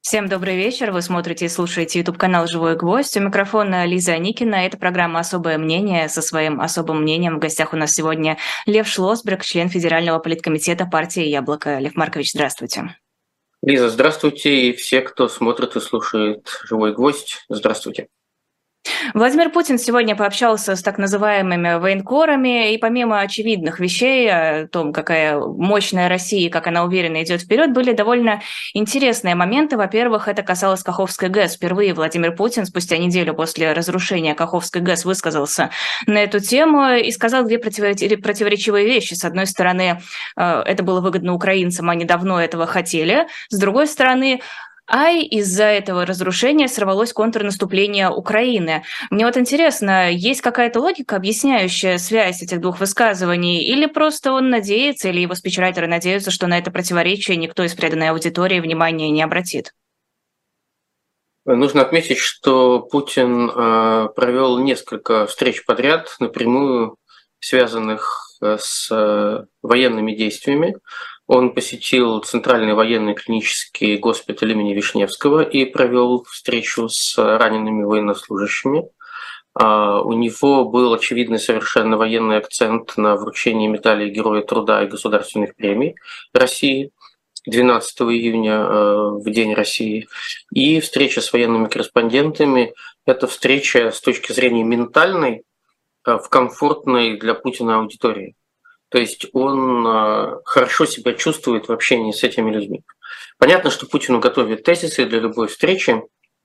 Всем добрый вечер. Вы смотрите и слушаете YouTube-канал «Живой гвоздь». У микрофона Лиза Аникина. Это программа «Особое мнение». Со своим особым мнением в гостях у нас сегодня Лев Шлосберг, член Федерального политкомитета партии «Яблоко». Лев Маркович, здравствуйте. Лиза, здравствуйте, и все, кто смотрит и слушает «Живой гвоздь», здравствуйте. Владимир Путин сегодня пообщался с так называемыми военкорами, и помимо очевидных вещей о том, какая мощная Россия и как она уверенно идет вперед, были довольно интересные моменты. Во-первых, это касалось Каховской ГЭС. Впервые Владимир Путин спустя неделю после разрушения Каховской ГЭС высказался на эту тему и сказал две противоречивые вещи. С одной стороны, это было выгодно украинцам, они давно этого хотели. С другой стороны, из-за этого разрушения сорвалось контрнаступление Украины. Мне вот интересно, есть какая-то логика, объясняющая связь этих двух высказываний, или просто он надеется, или его спичрайтеры надеются, что на это противоречие никто из преданной аудитории внимания не обратит? Нужно отметить, что Путин провел несколько встреч подряд, напрямую связанных с военными действиями. Он посетил Центральный военный клинический госпиталь имени Вишневского и провел встречу с ранеными военнослужащими. У него был очевидный совершенно военный акцент на вручении медалей Героя Труда и государственных премий России 12 июня, в День России. И встреча с военными корреспондентами – это встреча с точки зрения ментальной в комфортной для Путина аудитории. То есть он хорошо себя чувствует в общении с этими людьми. Понятно, что Путину готовят тезисы для любой встречи,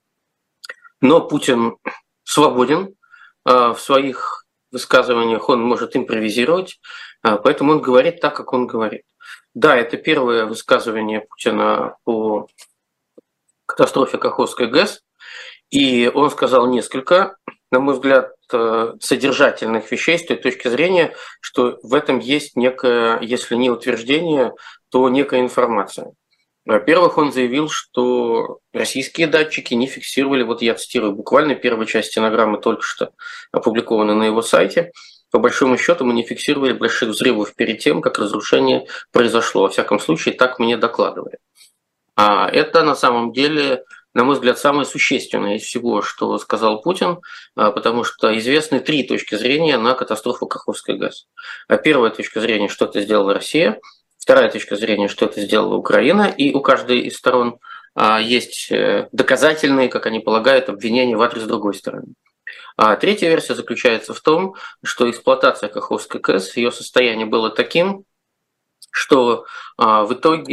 но Путин свободен в своих высказываниях, он может импровизировать, поэтому он говорит так, как он говорит. Да, это первое высказывание Путина по катастрофе Каховской ГЭС, и он сказал несколько, на мой взгляд, содержательных вещей с той точки зрения, что в этом есть некое, если не утверждение, то некая информация. Во-первых, он заявил, что российские датчики не фиксировали, вот я цитирую буквально, первая часть стенограммы только что опубликована на его сайте, по большому счету мы не фиксировали больших взрывов перед тем, как разрушение произошло. Во всяком случае, так мне докладывали. А это на самом деле, на мой взгляд, самое существенное из всего, что сказал Путин, потому что известны три точки зрения на катастрофу Каховской ГЭС. Первая точка зрения, что это сделала Россия, вторая точка зрения, что это сделала Украина, и у каждой из сторон есть доказательные, как они полагают, обвинения в адрес другой стороны. А третья версия заключается в том, что эксплуатация Каховской ГЭС, ее состояние было таким, что в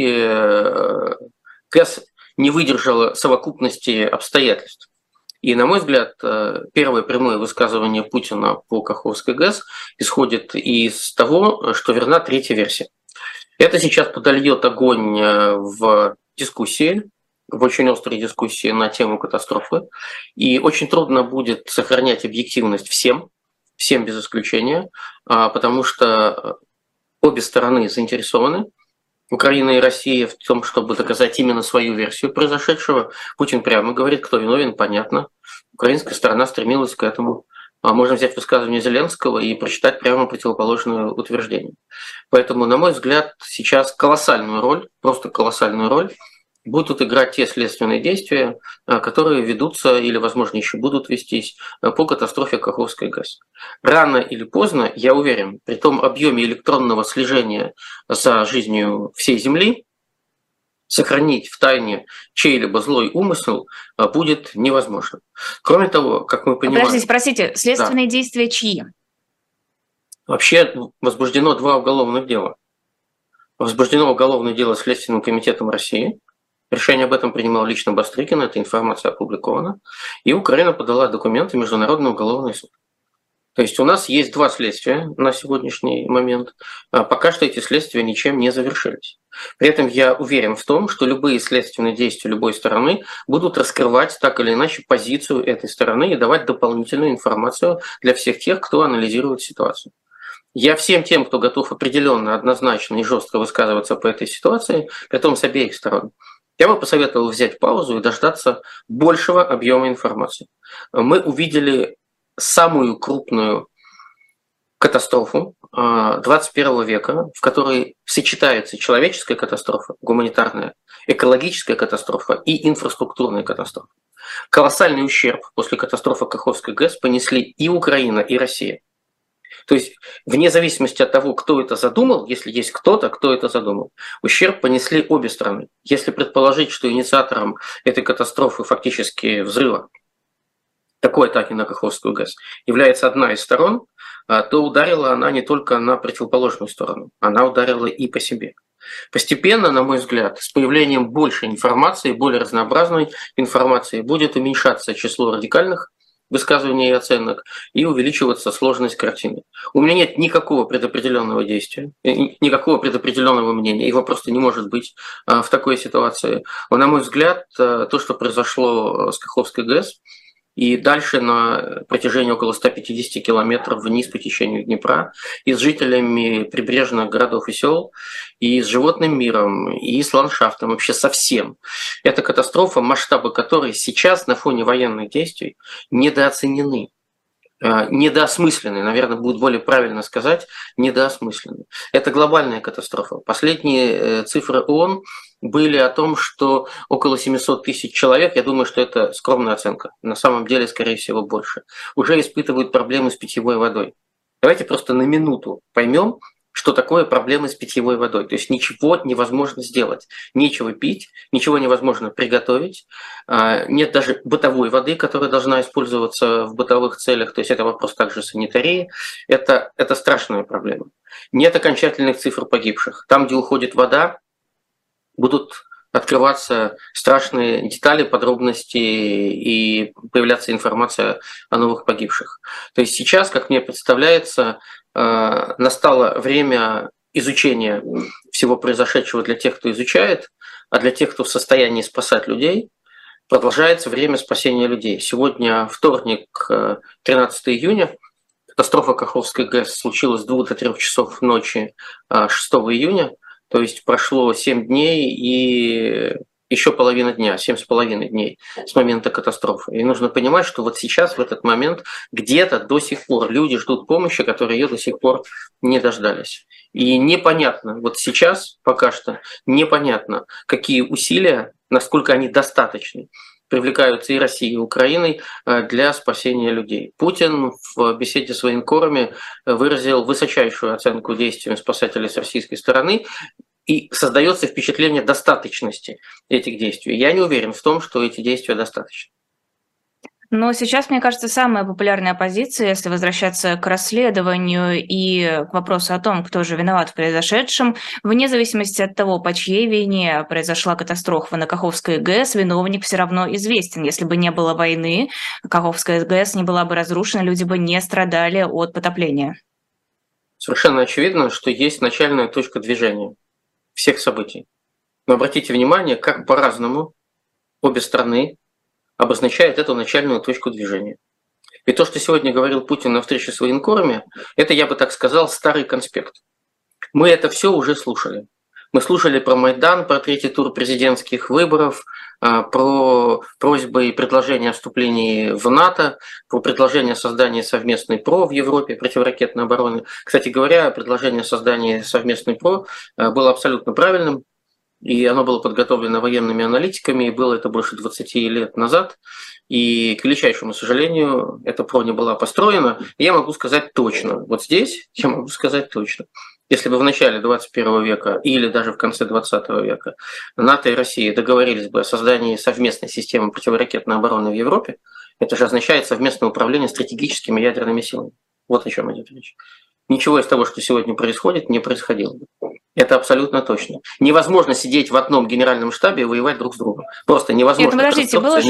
итоге ГЭС не выдержала совокупности обстоятельств. И, на мой взгляд, первое прямое высказывание Путина по Каховской ГЭС исходит из того, что верна третья версия. Это сейчас подольет огонь в дискуссии, в очень острой дискуссии на тему катастрофы. И очень трудно будет сохранять объективность всем без исключения, потому что обе стороны заинтересованы. Украина и Россия в том, чтобы доказать именно свою версию произошедшего. Путин прямо говорит, кто виновен, понятно. Украинская сторона стремилась к этому. Можно взять высказывание Зеленского и прочитать прямо противоположное утверждение. Поэтому, на мой взгляд, сейчас колоссальную роль, просто колоссальную роль будут играть те следственные действия, которые ведутся или, возможно, еще будут вестись по катастрофе Каховской ГЭС. Рано или поздно, я уверен, при том объеме электронного слежения за жизнью всей Земли, сохранить в тайне чей-либо злой умысел будет невозможно. Кроме того, как мы понимаем... Подождите, простите, следственные действия чьи? Вообще возбуждено 2 уголовных дела. Возбуждено уголовное дело Следственным комитетом России. Решение об этом принимал лично Бастрыкин, эта информация опубликована. И Украина подала документы в Международный уголовный суд. То есть у нас есть 2 следствия на сегодняшний момент. Пока что эти следствия ничем не завершились. При этом я уверен в том, что любые следственные действия любой стороны будут раскрывать так или иначе позицию этой стороны и давать дополнительную информацию для всех тех, кто анализирует ситуацию. Я всем тем, кто готов определенно, однозначно и жестко высказываться по этой ситуации, притом с обеих сторон, я бы посоветовал взять паузу и дождаться большего объема информации. Мы увидели самую крупную катастрофу 21 века, в которой сочетается человеческая катастрофа, гуманитарная, экологическая катастрофа и инфраструктурная катастрофа. Колоссальный ущерб после катастрофы Каховской ГЭС понесли и Украина, и Россия. То есть, вне зависимости от того, кто это задумал, если есть кто-то, кто это задумал, ущерб понесли обе страны. Если предположить, что инициатором этой катастрофы, фактически взрыва, такой атаки на Каховскую ГЭС, является одна из сторон, то ударила она не только на противоположную сторону, она ударила и по себе. Постепенно, на мой взгляд, с появлением больше информации, более разнообразной информации, будет уменьшаться число радикальных высказываний и оценок и увеличиваться сложность картины. У меня нет никакого предопределенного действия, никакого предопределенного мнения, его просто не может быть в такой ситуации. Но, на мой взгляд, то, что произошло с Каховской ГЭС, и дальше на протяжении около 150 километров вниз по течению Днепра, и с жителями прибрежных городов и сел, и с животным миром, и с ландшафтом, вообще со всем. Это катастрофа, масштабы которой сейчас на фоне военных действий недооценены. Недоосмыслены, наверное, будет более правильно сказать, недоосмыслены. Это глобальная катастрофа. Последние цифры ООН были о том, что около 700 тысяч человек, я думаю, что это скромная оценка, на самом деле, скорее всего, больше, уже испытывают проблемы с питьевой водой. Давайте просто на минуту поймем, что такое проблемы с питьевой водой. То есть ничего невозможно сделать, нечего пить, ничего невозможно приготовить, нет даже бытовой воды, которая должна использоваться в бытовых целях, то есть это вопрос также санитарии, это страшная проблема. Нет окончательных цифр погибших. Там, где уходит вода, будут открываться страшные детали, подробности и появляться информация о новых погибших. То есть сейчас, как мне представляется, настало время изучения всего произошедшего для тех, кто изучает, а для тех, кто в состоянии спасать людей, продолжается время спасения людей. Сегодня вторник, 13 июня, катастрофа Каховской ГЭС случилась с 2 до 3 часов ночи 6 июня, то есть прошло 7 дней и еще половина дня, 7,5 дней с момента катастрофы. И нужно понимать, что вот сейчас, в этот момент, где-то до сих пор люди ждут помощи, которые ее до сих пор не дождались. И непонятно, вот сейчас пока что непонятно, какие усилия, насколько они достаточны, привлекаются и Россией, и Украиной для спасения людей. Путин в беседе с военкорами выразил высочайшую оценку действиям спасателей с российской стороны, и создается впечатление достаточности этих действий. Я не уверен в том, что эти действия достаточны. Но сейчас, мне кажется, самая популярная позиция, если возвращаться к расследованию и к вопросу о том, кто же виноват в произошедшем, вне зависимости от того, по чьей вине произошла катастрофа на Каховской ГЭС, виновник все равно известен. Если бы не было войны, Каховская ГЭС не была бы разрушена, люди бы не страдали от потопления. Совершенно очевидно, что есть начальная точка движения всех событий. Но обратите внимание, как по-разному обе страны обозначают эту начальную точку движения. И то, что сегодня говорил Путин на встрече с военкорами, это, я бы так сказал, старый конспект. Мы это все уже слушали. Мы слушали про Майдан, про третий тур президентских выборов, про просьбы и предложения о вступлении в НАТО, про предложение о создании совместной ПРО в Европе, противоракетной обороны. Кстати говоря, предложение о создании совместной ПРО было абсолютно правильным, и оно было подготовлено военными аналитиками, и было это больше 20 лет назад. И, к величайшему сожалению, эта ПРО не была построена. И я могу сказать точно, вот здесь я могу сказать точно, если бы в начале 21 века или даже в конце 20 века НАТО и Россия договорились бы о создании совместной системы противоракетной обороны в Европе, это же означает совместное управление стратегическими ядерными силами. Вот о чем идет речь. Ничего из того, что сегодня происходит, не происходило бы. Это абсолютно точно. Невозможно сидеть в одном генеральном штабе и воевать друг с другом. Просто невозможно. Нет, подождите, было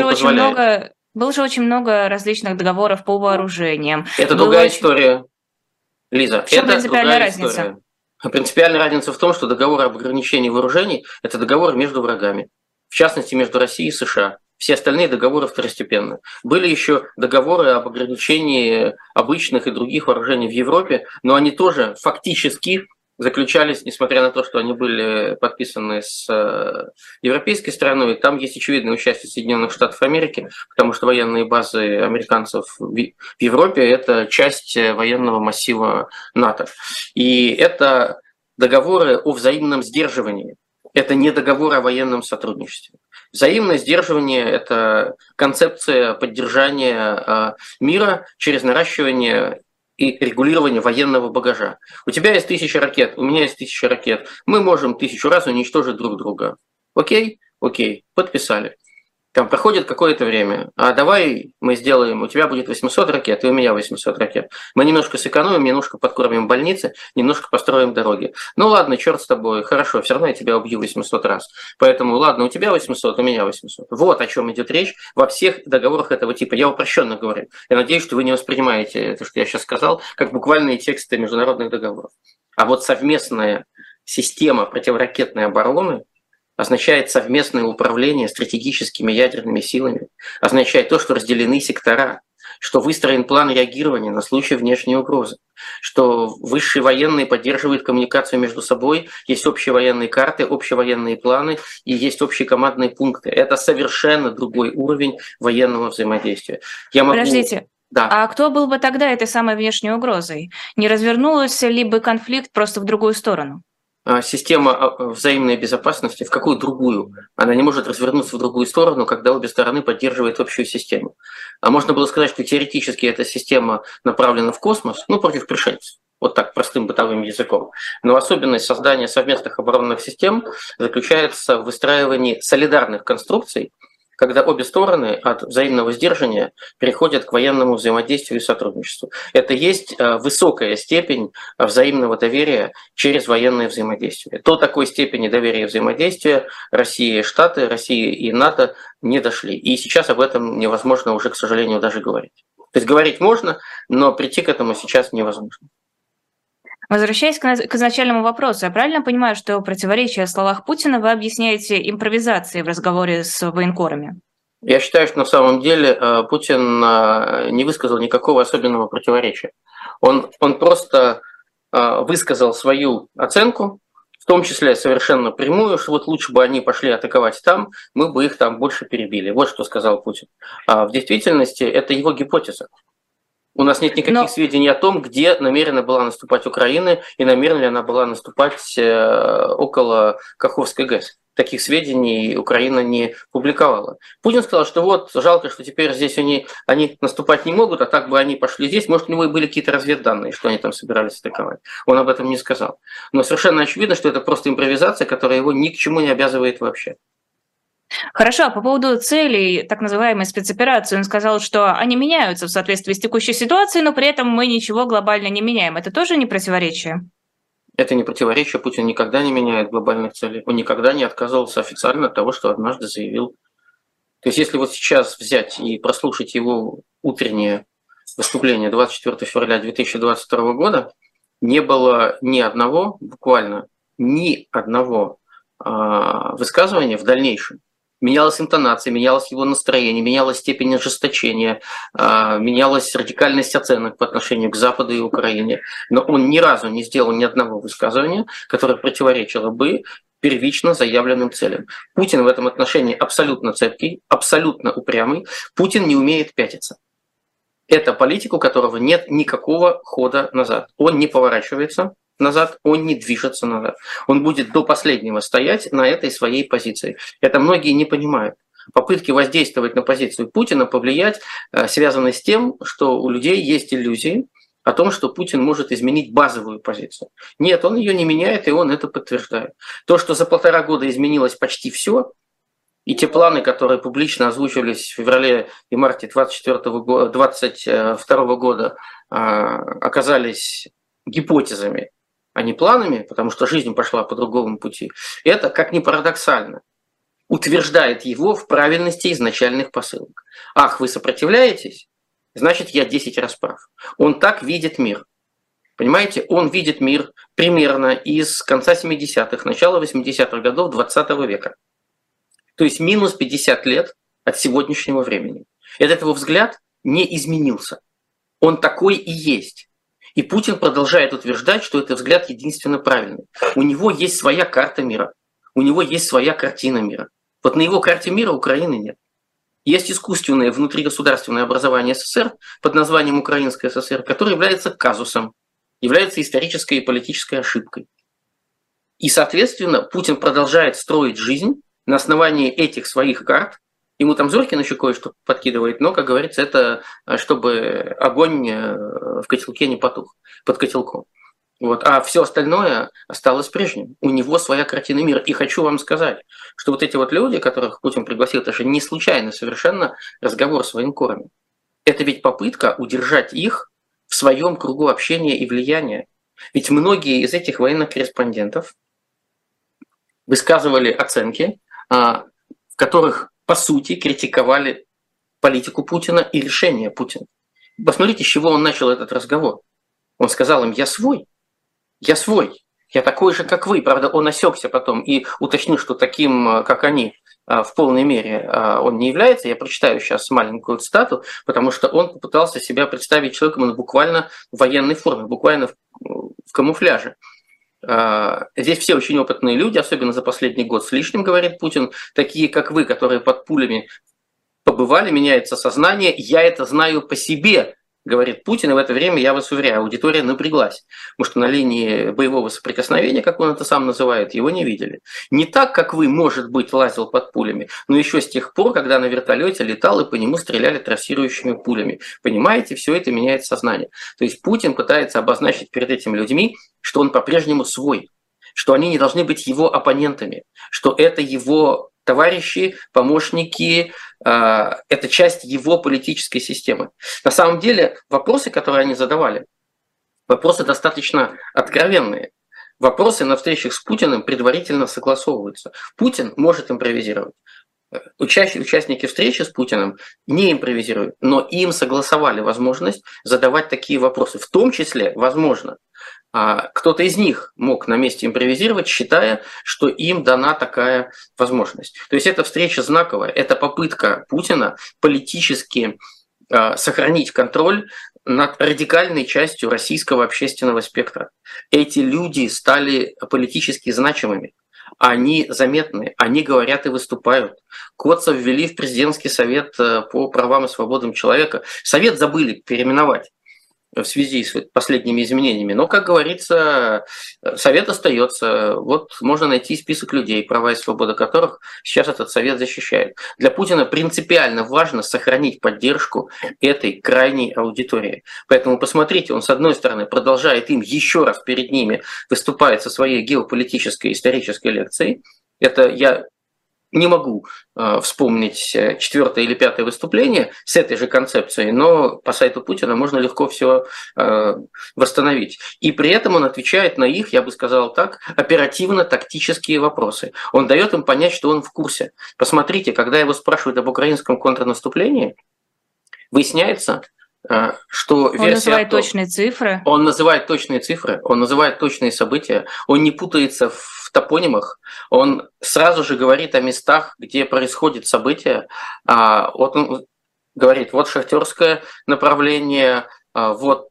же очень много различных договоров по вооружениям. Это другая история, Лиза. В чем принципиальная разница? История. Принципиальная разница в том, что договор об ограничении вооружений – это договор между врагами. В частности, между Россией и США. Все остальные договоры второстепенны. Были еще договоры об ограничении обычных и других вооружений в Европе, но они тоже фактически заключались, несмотря на то, что они были подписаны с европейской стороной, там есть очевидное участие Соединенных Штатов Америки, потому что военные базы американцев в Европе – это часть военного массива НАТО. И это договоры о взаимном сдерживании. Это не договор о военном сотрудничестве. Взаимное сдерживание – это концепция поддержания мира через наращивание и регулирование военного багажа. У тебя есть 1000 ракет, у меня есть 1000 ракет. Мы можем 1000 раз уничтожить друг друга. Окей? Окей. Подписали. Там проходит какое-то время. А давай мы сделаем, у тебя будет 800 ракет, и у меня 800 ракет. Мы немножко сэкономим, немножко подкормим больницы, немножко построим дороги. Ну ладно, черт с тобой, хорошо, все равно я тебя убью 800 раз. Поэтому ладно, у тебя 800, у меня 800. Вот о чем идет речь во всех договорах этого типа. Я упрощенно говорю. Я надеюсь, что вы не воспринимаете то, что я сейчас сказал, как буквальные тексты международных договоров. А вот совместная система противоракетной обороны означает совместное управление стратегическими ядерными силами, означает то, что разделены сектора, что выстроен план реагирования на случай внешней угрозы, что высшие военные поддерживают коммуникацию между собой, есть общие военные карты, общие военные планы и есть общие командные пункты. Это совершенно другой уровень военного взаимодействия. Подождите. Да. А кто был бы тогда этой самой внешней угрозой? Не развернулся ли бы конфликт просто в другую сторону? Система взаимной безопасности, в какую другую? Она не может развернуться в другую сторону, когда обе стороны поддерживают общую систему. А можно было сказать, что теоретически эта система направлена в космос, против пришельцев. Вот так, простым бытовым языком. Но особенность создания совместных оборонных систем заключается в выстраивании солидарных конструкций, когда обе стороны от взаимного сдерживания переходят к военному взаимодействию и сотрудничеству. Это есть высокая степень взаимного доверия через военное взаимодействие. До такой степени доверия и взаимодействия Россия и Штаты, Россия и НАТО не дошли. И сейчас об этом невозможно уже, к сожалению, даже говорить. То есть говорить можно, но прийти к этому сейчас невозможно. Возвращаясь к изначальному вопросу, я правильно понимаю, что противоречие в словах Путина вы объясняете импровизацией в разговоре с военкорами? Я считаю, что на самом деле Путин не высказал никакого особенного противоречия. Он просто высказал свою оценку, в том числе совершенно прямую, что вот лучше бы они пошли атаковать там, мы бы их там больше перебили. Вот что сказал Путин. А в действительности это его гипотеза. У нас нет никаких сведений о том, где намерена была наступать Украина и намерена ли она была наступать около Каховской ГЭС. Таких сведений Украина не публиковала. Путин сказал, что вот жалко, что теперь здесь они наступать не могут, а так бы они пошли здесь. Может, у него и были какие-то разведданные, что они там собирались атаковать. Он об этом не сказал. Но совершенно очевидно, что это просто импровизация, которая его ни к чему не обязывает вообще. Хорошо, а по поводу целей так называемой спецоперации, он сказал, что они меняются в соответствии с текущей ситуацией, но при этом мы ничего глобально не меняем. Это тоже не противоречие? Это не противоречие. Путин никогда не меняет глобальных целей. Он никогда не отказывался официально от того, что однажды заявил. То есть если вот сейчас взять и прослушать его утреннее выступление 24 февраля 2022 года, не было ни одного, буквально ни одного высказывания в дальнейшем. Менялась интонация, менялось его настроение, менялась степень ожесточения, менялась радикальность оценок по отношению к Западу и Украине. Но он ни разу не сделал ни одного высказывания, которое противоречило бы первично заявленным целям. Путин в этом отношении абсолютно цепкий, абсолютно упрямый. Путин не умеет пятиться. Это политик, у которого нет никакого хода назад. Он не поворачивается назад, он не движется назад. Он будет до последнего стоять на этой своей позиции. Это многие не понимают. Попытки воздействовать на позицию Путина, повлиять, связаны с тем, что у людей есть иллюзии о том, что Путин может изменить базовую позицию. Нет, он ее не меняет, и он это подтверждает. То, что за 1,5 года изменилось почти все, и те планы, которые публично озвучивались в феврале и марте 2022 года, оказались гипотезами, а не планами, потому что жизнь пошла по другому пути, это, как ни парадоксально, утверждает его в правильности изначальных посылок. Ах, вы сопротивляетесь? Значит, я 10 раз прав. Он так видит мир. Понимаете, он видит мир примерно из конца 70-х, начала 80-х годов 20 века. То есть минус 50 лет от сегодняшнего времени. Этот его взгляд не изменился. Он такой и есть. И Путин продолжает утверждать, что этот взгляд единственно правильный. У него есть своя карта мира, у него есть своя картина мира. Вот на его карте мира Украины нет. Есть искусственное внутригосударственное образование СССР под названием Украинская ССР, которое является казусом, является исторической и политической ошибкой. И, соответственно, Путин продолжает строить жизнь на основании этих своих карт. Ему там Зорькин еще кое-что подкидывает, но, как говорится, это чтобы огонь в котелке не потух, под котелком. Вот. А все остальное осталось прежним. У него своя картина мира. И хочу вам сказать, что вот эти вот люди, которых Путин пригласил, это же не случайно совершенно разговор с военкорами. Это ведь попытка удержать их в своем кругу общения и влияния. Ведь многие из этих военных корреспондентов высказывали оценки, в которых, по сути, критиковали политику Путина и решения Путина. Посмотрите, с чего он начал этот разговор. Он сказал им: я свой, я такой же, как вы. Правда, он осекся потом и уточнил, что таким, как они, в полной мере он не является. Я прочитаю сейчас маленькую цитату, потому что он попытался себя представить человеком буквально в военной форме, буквально в камуфляже. Здесь все очень опытные люди, особенно за последний год с лишним, говорит Путин, такие, как вы, которые под пулями побывали, меняется сознание. Я это знаю по себе, говорит Путин, и в это время, я вас уверяю, аудитория напряглась, потому что на линии боевого соприкосновения, как он это сам называет, его не видели. Не так, как вы, может быть, лазил под пулями, но еще с тех пор, когда на вертолете летал и по нему стреляли трассирующими пулями. Понимаете, все это меняет сознание. То есть Путин пытается обозначить перед этими людьми, что он по-прежнему свой, что они не должны быть его оппонентами, что это его товарищи, помощники, это часть его политической системы. На самом деле вопросы, которые они задавали, вопросы достаточно откровенные. Вопросы на встречах с Путиным предварительно согласовываются. Путин может импровизировать. Участники встречи с Путиным не импровизируют, но им согласовали возможность задавать такие вопросы. В том числе, возможно, кто-то из них мог на месте импровизировать, считая, что им дана такая возможность. То есть эта встреча знаковая, это попытка Путина политически сохранить контроль над радикальной частью российского общественного спектра. Эти люди стали политически значимыми. Они заметны, они говорят и выступают. Котца ввели в президентский совет по правам и свободам человека. Совет забыли переименовать в связи с последними изменениями. Но, как говорится, совет остается. Вот можно найти список людей, права и свобода которых сейчас этот совет защищает. Для Путина принципиально важно сохранить поддержку этой крайней аудитории. Поэтому посмотрите, он с одной стороны продолжает им еще раз перед ними выступает со своей геополитической исторической лекцией. Это я не могу вспомнить 4-е или 5-е выступление с этой же концепцией, но по сайту Путина можно легко все восстановить. И при этом он отвечает на их, я бы сказал так, оперативно-тактические вопросы. Он дает им понять, что он в курсе. Посмотрите, когда его спрашивают об украинском контрнаступлении, выясняется, что он называет точные цифры. Он называет точные цифры, он называет точные события, он не путается в топонимах, он сразу же говорит о местах, где происходит событие. Вот он говорит, вот шахтерское направление, вот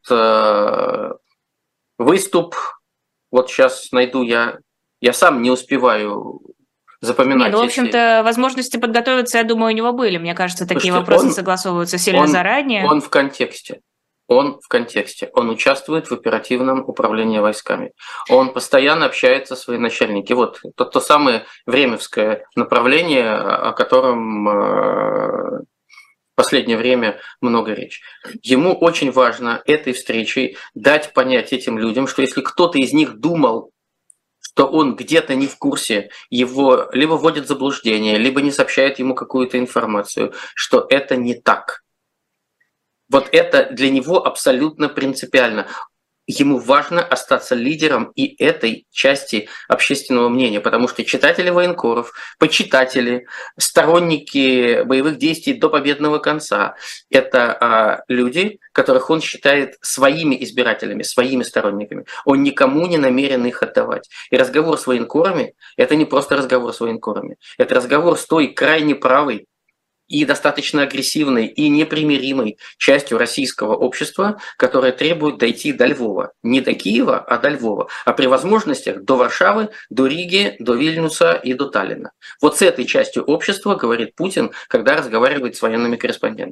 выступ, вот сейчас найду я сам не успеваю запоминать. В общем-то, возможности подготовиться, я думаю, у него были. Мне кажется, такие вопросы согласовываются сильно заранее. Он в контексте. Он участвует в оперативном управлении войсками. Он постоянно общается с военачальниками. Вот то самое времевское направление, о котором в последнее время много речи. Ему очень важно этой встречей дать понять этим людям, что если кто-то из них думал, что он где-то не в курсе, его либо вводит в заблуждение, либо не сообщает ему какую-то информацию, что это не так. Вот это для него абсолютно принципиально. Ему важно остаться лидером и этой части общественного мнения, потому что читатели военкоров, почитатели, сторонники боевых действий до победного конца – это люди, которых он считает своими избирателями, своими сторонниками. Он никому не намерен их отдавать. И разговор с военкорами – это не просто разговор с военкорами, это разговор с той крайне правой и достаточно агрессивной и непримиримой частью российского общества, которая требует дойти до Львова. Не до Киева, а до Львова. А при возможностях до Варшавы, до Риги, до Вильнюса и до Таллина. Вот с этой частью общества говорит Путин, когда разговаривает с военными корреспондентами.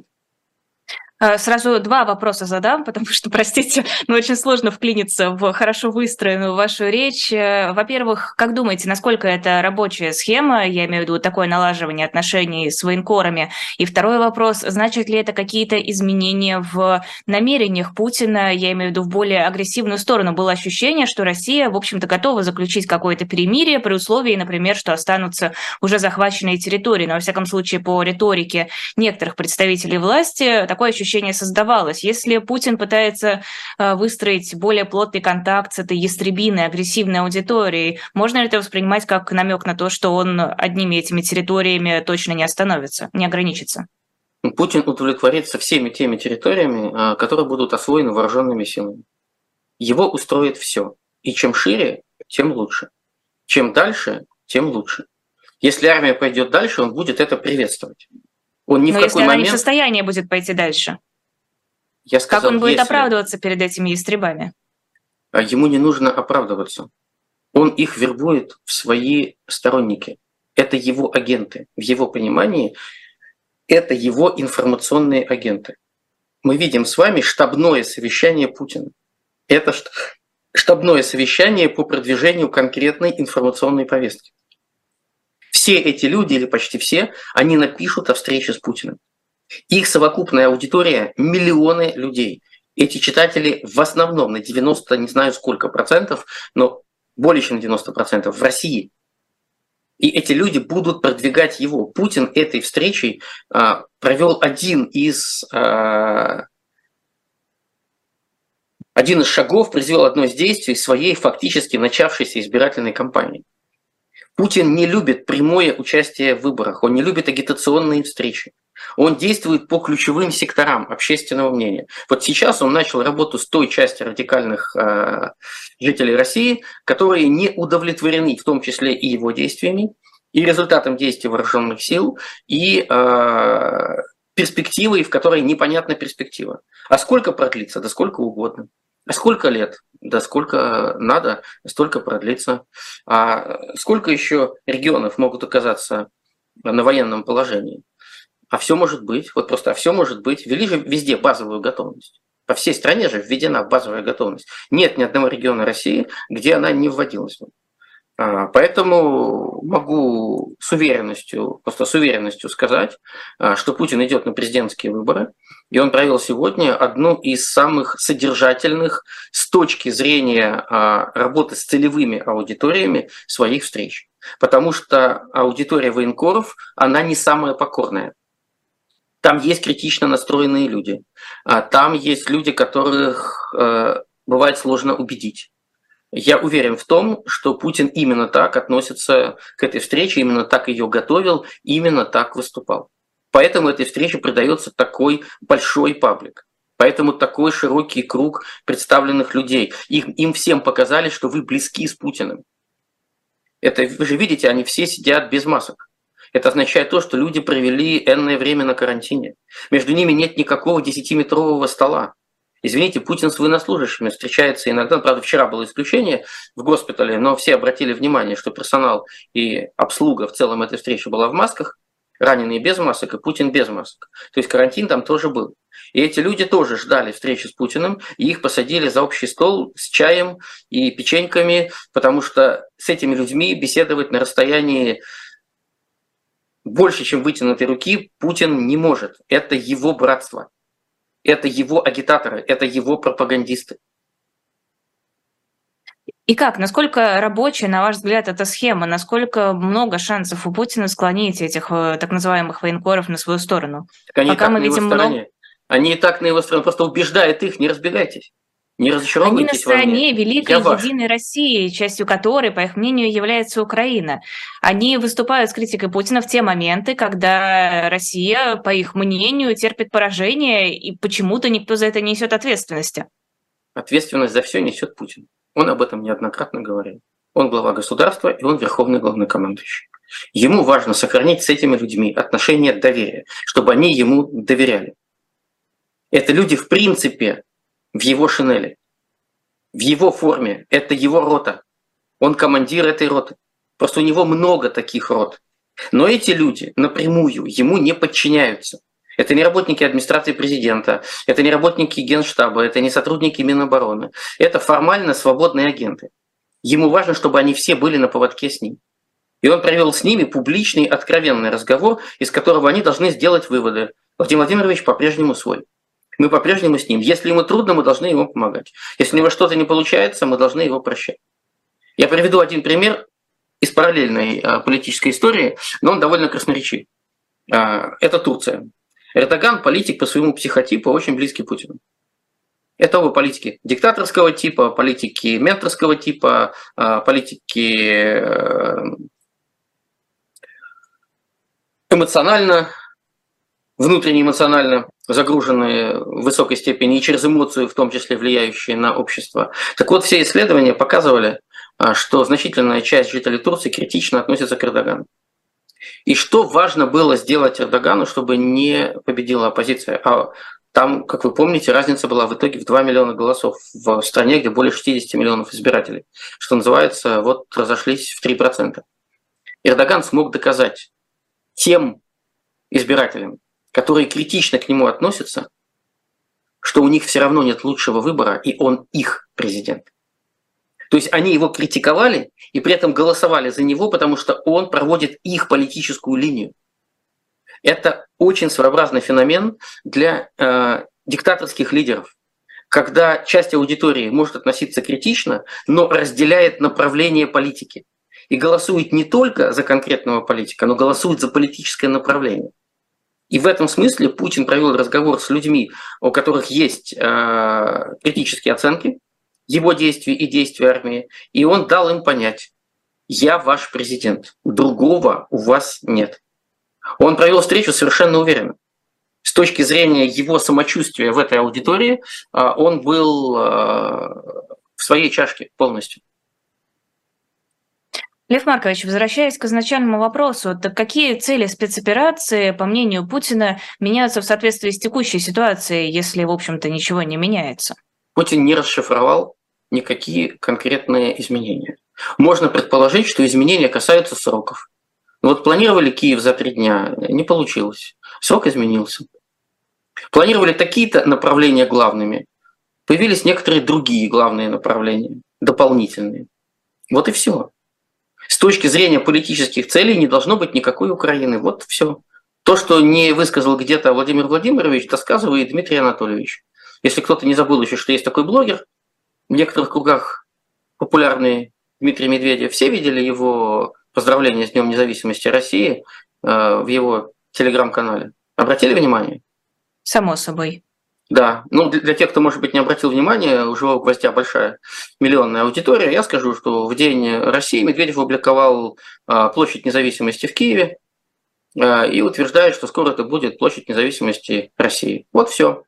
Сразу два вопроса задам, потому что, простите, но очень сложно вклиниться в хорошо выстроенную вашу речь. Во-первых, как думаете, насколько это рабочая схема, я имею в виду такое налаживание отношений с военкорами? И второй вопрос, значит ли это какие-то изменения в намерениях Путина, я имею в виду в более агрессивную сторону? Было ощущение, что Россия, в общем-то, готова заключить какое-то перемирие при условии, например, что останутся уже захваченные территории, но, во всяком случае, по риторике некоторых представителей власти такое ощущение создавалось. Если Путин пытается выстроить более плотный контакт с этой ястребиной, агрессивной аудиторией, можно ли это воспринимать как намек на то, что он одними этими территориями точно не остановится, не ограничится? Путин удовлетворится всеми теми территориями, которые будут освоены вооруженными силами. Его устроит все. И чем шире, тем лучше. Чем дальше, тем лучше. Если армия пойдет дальше, он будет это приветствовать. Он ни в Но какой если она момент... не в состоянии будет пойти дальше, Я сказал, как он будет если... оправдываться перед этими ястребами? Ему не нужно оправдываться. Он их вербует в свои сторонники. Это его агенты. В его понимании это его информационные агенты. Мы видим с вами штабное совещание Путина. Это штабное совещание по продвижению конкретной информационной повестки. Все эти люди, или почти все, они напишут о встрече с Путиным. Их совокупная аудитория – миллионы людей. Эти читатели в основном на 90, не знаю сколько процентов, но более чем 90% в России. И эти люди будут продвигать его. Путин этой встречей провел один из шагов, произвел одно из действий своей фактически начавшейся избирательной кампании. Путин не любит прямое участие в выборах, он не любит агитационные встречи. Он действует по ключевым секторам общественного мнения. Вот сейчас он начал работу с той частью радикальных жителей России, которые не удовлетворены, в том числе и его действиями, и результатом действий вооруженных сил, и перспективой, в которой непонятна перспектива. А сколько продлится? Да сколько угодно. А сколько лет? Да сколько надо, столько продлится. А сколько еще регионов могут оказаться на военном положении? А все может быть. Вот просто все может быть. Ввели же везде базовую готовность. По всей стране же введена базовая готовность. Нет ни одного региона России, где она не вводилась. Поэтому могу с уверенностью сказать, что Путин идет на президентские выборы, и он провел сегодня одну из самых содержательных с точки зрения работы с целевыми аудиториями своих встреч. Потому что аудитория военкоров, она не самая покорная. Там есть критично настроенные люди, там есть люди, которых бывает сложно убедить. Я уверен в том, что Путин именно так относится к этой встрече, именно так ее готовил, именно так выступал. Поэтому этой встрече придается такой большой паблик. Поэтому такой широкий круг представленных людей. Им всем показали, что вы близки с Путиным. Это, вы же видите, они все сидят без масок. Это означает то, что люди провели энное время на карантине. Между ними нет никакого 10-метрового стола. Извините, Путин с военнослужащими встречается иногда, правда, вчера было исключение в госпитале, но все обратили внимание, что персонал и обслуга в целом этой встречи была в масках, раненые без масок и Путин без масок. То есть карантин там тоже был. И эти люди тоже ждали встречи с Путиным, и их посадили за общий стол с чаем и печеньками, потому что с этими людьми беседовать на расстоянии больше, чем вытянутой руки, Путин не может. Это его братство. Это его агитаторы, это его пропагандисты. И как, насколько рабочая, на ваш взгляд, эта схема? Насколько много шансов у Путина склонить этих так называемых военкоров на свою сторону? Так они пока мы видим много... Они и так на его стороне, просто убеждает их, не разбегайтесь. Не разочаровывайтесь. Они на стороне великой единой России, частью которой, по их мнению, является Украина. Они выступают с критикой Путина в те моменты, когда Россия, по их мнению, терпит поражение, и почему-то никто за это не несет ответственности. Ответственность за все несет Путин. Он об этом неоднократно говорил. Он глава государства, и он верховный главнокомандующий. Ему важно сохранить с этими людьми отношения доверия, чтобы они ему доверяли. Это люди, в принципе, в его шинели, в его форме. Это его рота. Он командир этой роты. Просто у него много таких рот. Но эти люди напрямую ему не подчиняются. Это не работники администрации президента, это не работники Генштаба, это не сотрудники Минобороны. Это формально свободные агенты. Ему важно, чтобы они все были на поводке с ним. И он провел с ними публичный, откровенный разговор, из которого они должны сделать выводы. Владимир Владимирович по-прежнему свой. Мы по-прежнему с ним. Если ему трудно, мы должны ему помогать. Если у него что-то не получается, мы должны его прощать. Я приведу один пример из параллельной политической истории, но он довольно красноречив. Это Турция. Эрдоган – политик по своему психотипу, очень близкий Путину. Это оба политики диктаторского типа, политики менторского типа, политики эмоционально, внутренне эмоционально загруженные в высокой степени и через эмоцию, в том числе влияющие на общество. Так вот, все исследования показывали, что значительная часть жителей Турции критично относится к Эрдогану. И что важно было сделать Эрдогану, чтобы не победила оппозиция? А там, как вы помните, разница была в итоге в 2 миллиона голосов в стране, где более 60 миллионов избирателей. Что называется, вот разошлись в 3%. Эрдоган смог доказать тем избирателям, которые критично к нему относятся, что у них все равно нет лучшего выбора, и он их президент. То есть они его критиковали и при этом голосовали за него, потому что он проводит их политическую линию. Это очень своеобразный феномен для диктаторских лидеров, когда часть аудитории может относиться критично, но разделяет направление политики и голосует не только за конкретного политика, но голосует за политическое направление. И в этом смысле Путин провел разговор с людьми, у которых есть критические оценки его действий и действий армии, и он дал им понять: я ваш президент, другого у вас нет. Он провел встречу совершенно уверенно. С точки зрения его самочувствия в этой аудитории, он был в своей чашке полностью. Лев Маркович, возвращаясь к изначальному вопросу, так какие цели спецоперации, по мнению Путина, меняются в соответствии с текущей ситуацией, если, в общем-то, ничего не меняется? Путин не расшифровал никакие конкретные изменения. Можно предположить, что изменения касаются сроков. Вот планировали Киев за 3 дня, не получилось. Срок изменился. Планировали такие-то направления главными, появились некоторые другие главные направления, дополнительные. Вот и все. С точки зрения политических целей не должно быть никакой Украины. Вот все. То, что не высказал где-то Владимир Владимирович, досказывает Дмитрий Анатольевич. Если кто-то не забыл еще, что есть такой блогер, в некоторых кругах популярный Дмитрий Медведев, все видели его поздравления с Днем независимости России в его телеграм-канале. Обратили внимание? Само собой. Да. Ну, для тех, кто, может быть, не обратил внимания, у «Живого гвоздя» большая миллионная аудитория. Я скажу, что в День России Медведев опубликовал площадь независимости в Киеве и утверждает, что скоро это будет площадь независимости России. Вот все.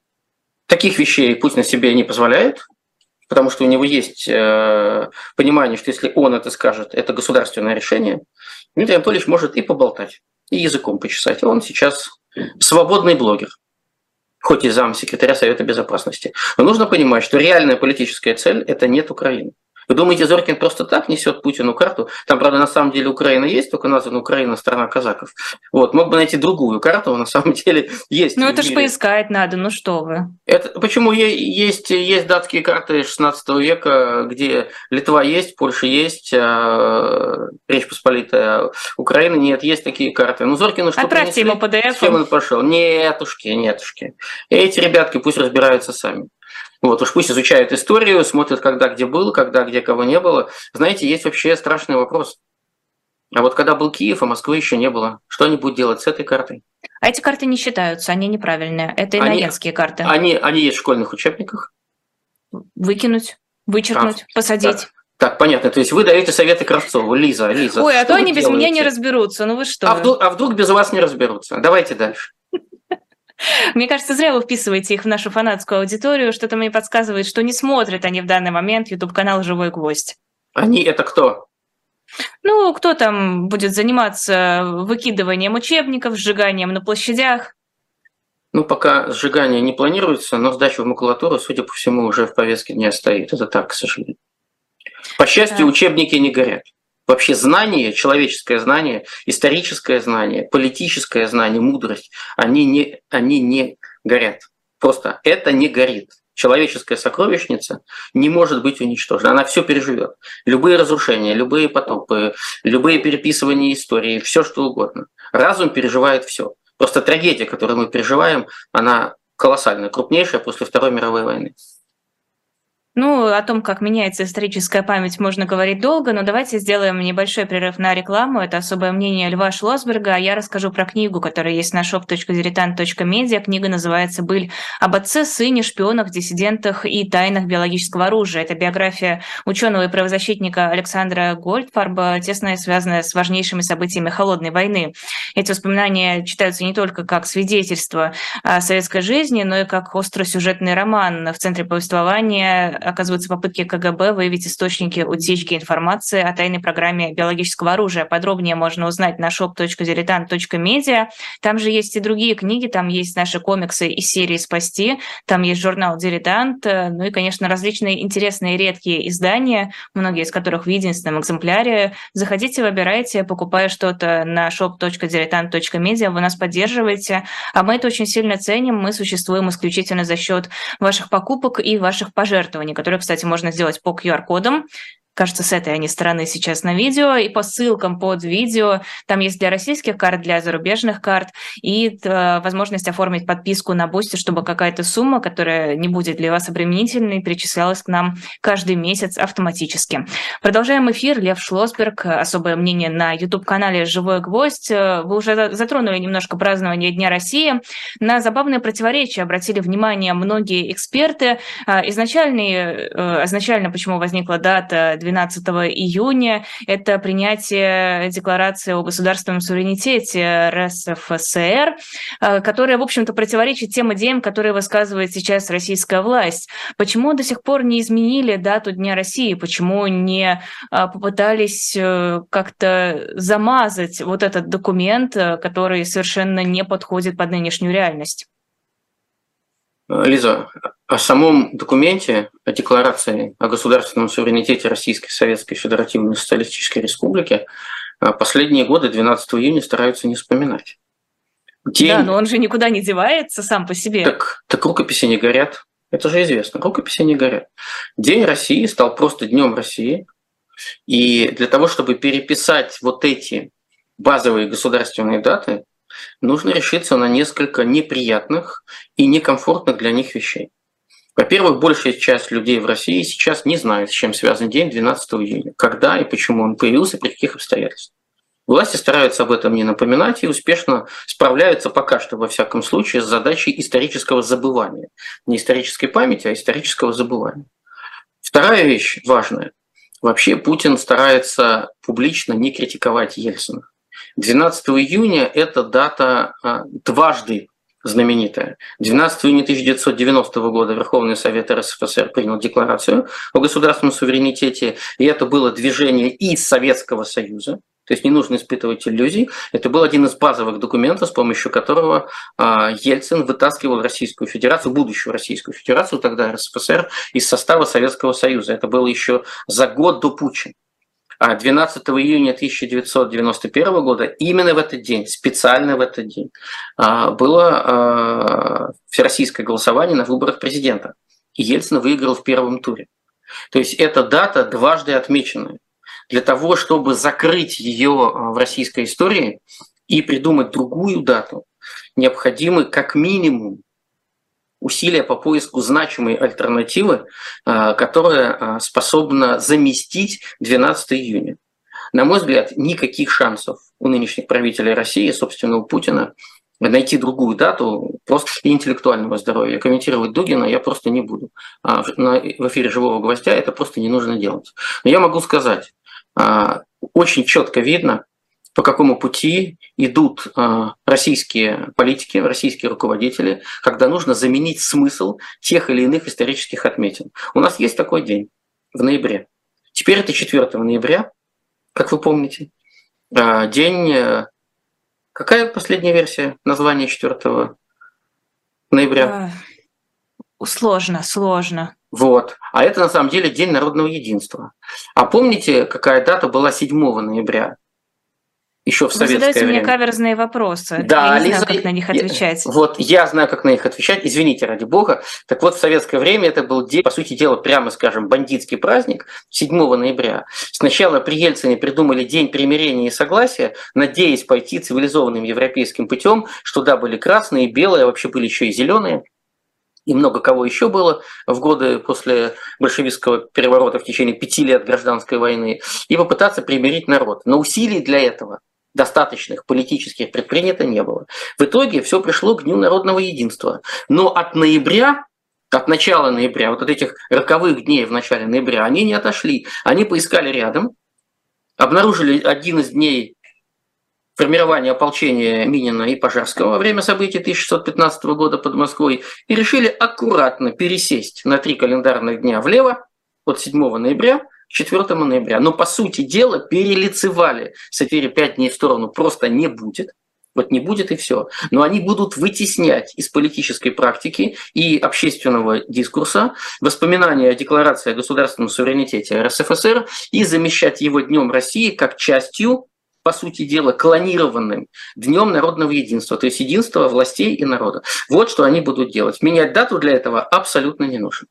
Таких вещей Путин себе не позволяет, потому что у него есть понимание, что если он это скажет, это государственное решение, Дмитрий Анатольевич может и поболтать, и языком почесать. Он сейчас свободный блогер, хоть и замсекретаря Совета Безопасности. Но нужно понимать, что реальная политическая цель – это нет Украины. Вы думаете, Зоркин просто так несет Путину карту? Там, правда, на самом деле Украина есть, только названа Украина страна казаков. Вот, мог бы найти другую карту, на самом деле есть. Ну это ж поискать надо, ну что вы. Это, почему есть датские карты 16 века, где Литва есть, Польша есть, Речь Посполитая, Украины нет, есть такие карты. Ну, Зоркину что отправьте ему PDF. С кем он пошел? Нетушки. Эти ребятки пусть разбираются сами. Вот уж пусть изучают историю, смотрят, когда где был, когда где кого не было. Знаете, есть вообще страшный вопрос. А вот когда был Киев, а Москвы еще не было, что они будут делать с этой картой? А эти карты не считаются, они неправильные. Это иноагентские карты. Они есть в школьных учебниках. Выкинуть, вычеркнуть, посадить. Так, понятно. То есть вы даете советы Кравцову. Лиза. Ой, а то они без меня не разберутся. Ну вы что? А вдруг без вас не разберутся? Давайте дальше. Мне кажется, зря вы вписываете их в нашу фанатскую аудиторию. Что-то мне подсказывает, что не смотрят они в данный момент YouTube-канал «Живой гвоздь». Они это кто? Ну, кто там будет заниматься выкидыванием учебников, сжиганием на площадях? Ну, пока сжигание не планируется, но сдача в макулатуру, судя по всему, уже в повестке дня стоит. Это так, к сожалению. По счастью, учебники не горят. Вообще знание, человеческое знание, историческое знание, политическое знание, мудрость, они не горят. Просто это не горит. Человеческая сокровищница не может быть уничтожена. Она все переживет. Любые разрушения, любые потопы, любые переписывания истории, все что угодно. Разум переживает все. Просто трагедия, которую мы переживаем, она колоссальная, крупнейшая после Второй мировой войны. Ну, о том, как меняется историческая память, можно говорить долго, но давайте сделаем небольшой перерыв на рекламу. Это особое мнение Льва Шлосберга, а я расскажу про книгу, которая есть на shop.diletant.media. Книга называется «Быль об отце, сыне, шпионах, диссидентах и тайнах биологического оружия». Это биография ученого и правозащитника Александра Гольдфарба, тесно связанная с важнейшими событиями Холодной войны. Эти воспоминания читаются не только как свидетельство о советской жизни, но и как остросюжетный роман. В центре повествования оказываются попытки КГБ выявить источники утечки информации о тайной программе биологического оружия. Подробнее можно узнать на shop.diletant.media. Там же есть и другие книги, там есть наши комиксы из серии «Спасти», там есть журнал «Дилетант», ну и, конечно, различные интересные редкие издания, многие из которых в единственном экземпляре. Заходите, выбирайте, покупая что-то на shop.diletant.media, вы нас поддерживаете, а мы это очень сильно ценим, мы существуем исключительно за счет ваших покупок и ваших пожертвований, которые, кстати, можно сделать по QR-кодам. Кажется, с этой они стороны сейчас на видео, и по ссылкам под видео. Там есть для российских карт, для зарубежных карт, и возможность оформить подписку на Бусти, чтобы какая-то сумма, которая не будет для вас обременительной, перечислялась к нам каждый месяц автоматически. Продолжаем эфир. Лев Шлосберг, особое мнение на YouTube-канале «Живой гвоздь». Вы уже затронули немножко празднование Дня России. На забавные противоречия обратили внимание многие эксперты. Изначально почему возникла дата 12 июня, это принятие декларации о государственном суверенитете РСФСР, которая, в общем-то, противоречит тем идеям, которые высказывает сейчас российская власть. Почему до сих пор не изменили дату Дня России? Почему не попытались как-то замазать вот этот документ, который совершенно не подходит под нынешнюю реальность? Лиза, о самом документе, о декларации о государственном суверенитете Российской Советской Федеративной Социалистической Республики последние годы 12 июня стараются не вспоминать. Да, но он же никуда не девается сам по себе. Так рукописи не горят. Это же известно. Рукописи не горят. День России стал просто Днем России. И для того, чтобы переписать вот эти базовые государственные даты, нужно решиться на несколько неприятных и некомфортных для них вещей. Во-первых, большая часть людей в России сейчас не знает, с чем связан день 12 июня, когда и почему он появился, при каких обстоятельствах. Власти стараются об этом не напоминать и успешно справляются пока что, во всяком случае, с задачей исторического забывания. Не исторической памяти, а исторического забывания. Вторая вещь важная. Вообще Путин старается публично не критиковать Ельцина. 12 июня – это дата дважды знаменитая. 12 июня 1990 года Верховный Совет РСФСР принял декларацию о государственном суверенитете, и это было движение из Советского Союза, то есть не нужно испытывать иллюзий. Это был один из базовых документов, с помощью которого Ельцин вытаскивал Российскую Федерацию, будущую Российскую Федерацию, тогда РСФСР, из состава Советского Союза. Это было еще за год до путча. А 12 июня 1991 года, именно в этот день, специально в этот день, было всероссийское голосование на выборах президента. И Ельцин выиграл в первом туре. То есть эта дата дважды отмеченная. Для того, чтобы закрыть ее в российской истории и придумать другую дату, необходимы как минимум усилия по поиску значимой альтернативы, которая способна заместить 12 июня. На мой взгляд, никаких шансов у нынешних правителей России, собственно, у Путина, найти другую дату просто интеллектуального здоровья. Комментировать Дугина я просто не буду. В эфире «Живого гвоздя» это просто не нужно делать. Но я могу сказать, очень четко видно, по какому пути идут российские политики, российские руководители, когда нужно заменить смысл тех или иных исторических отметин. У нас есть такой день в ноябре. Теперь это 4 ноября, как вы помните. День... Какая последняя версия названия 4 ноября? Сложно. Вот. А это на самом деле День народного единства. А помните, какая дата была 7 ноября? Еще в Вы советское задаете мне время. каверзные вопросы. Да, Я не Лиза, знаю, как на них отвечать. вот я знаю, как на них отвечать, извините, ради бога. Так вот, в советское время это был день, по сути дела, прямо скажем, бандитский праздник 7 ноября. Сначала при Ельцине придумали День примирения и согласия, надеясь пойти цивилизованным европейским путем, что да, были красные, белые, а вообще были еще и зеленые. И много кого еще было в годы после большевистского переворота в течение 5 лет гражданской войны, и попытаться примирить народ. Но усилий для этого достаточных политических предпринято не было. В итоге все пришло к Дню народного единства. Но от ноября, от начала ноября, вот от этих роковых дней в начале ноября, они не отошли. Они поискали рядом, обнаружили один из дней формирования ополчения Минина и Пожарского во время событий 1615 года под Москвой и решили аккуратно пересесть на 3 календарных дня влево от 7 ноября к 4 ноября. Но по сути дела перелицевали с 4-5 дней в сторону просто не будет. Вот не будет и все. Но они будут вытеснять из политической практики и общественного дискурса воспоминания о Декларации о государственном суверенитете РСФСР и замещать его Днем России как частью, по сути дела, клонированным Днем народного единства, то есть единства властей и народа. Вот что они будут делать. Менять дату для этого абсолютно не нужно.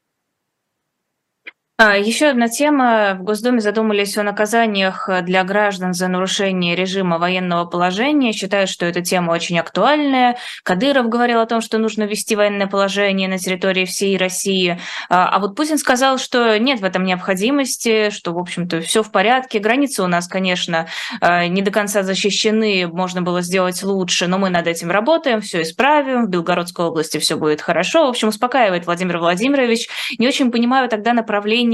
Еще одна тема. В Госдуме задумались о наказаниях для граждан за нарушение режима военного положения. Считают, что эта тема очень актуальная. Кадыров говорил о том, что нужно ввести военное положение на территории всей России. А вот Путин сказал, что нет в этом необходимости, что, в общем-то, все в порядке. Границы у нас, конечно, не до конца защищены, можно было сделать лучше, но мы над этим работаем, все исправим. В Белгородской области все будет хорошо. В общем, успокаивает Владимир Владимирович. Не очень понимаю тогда направление,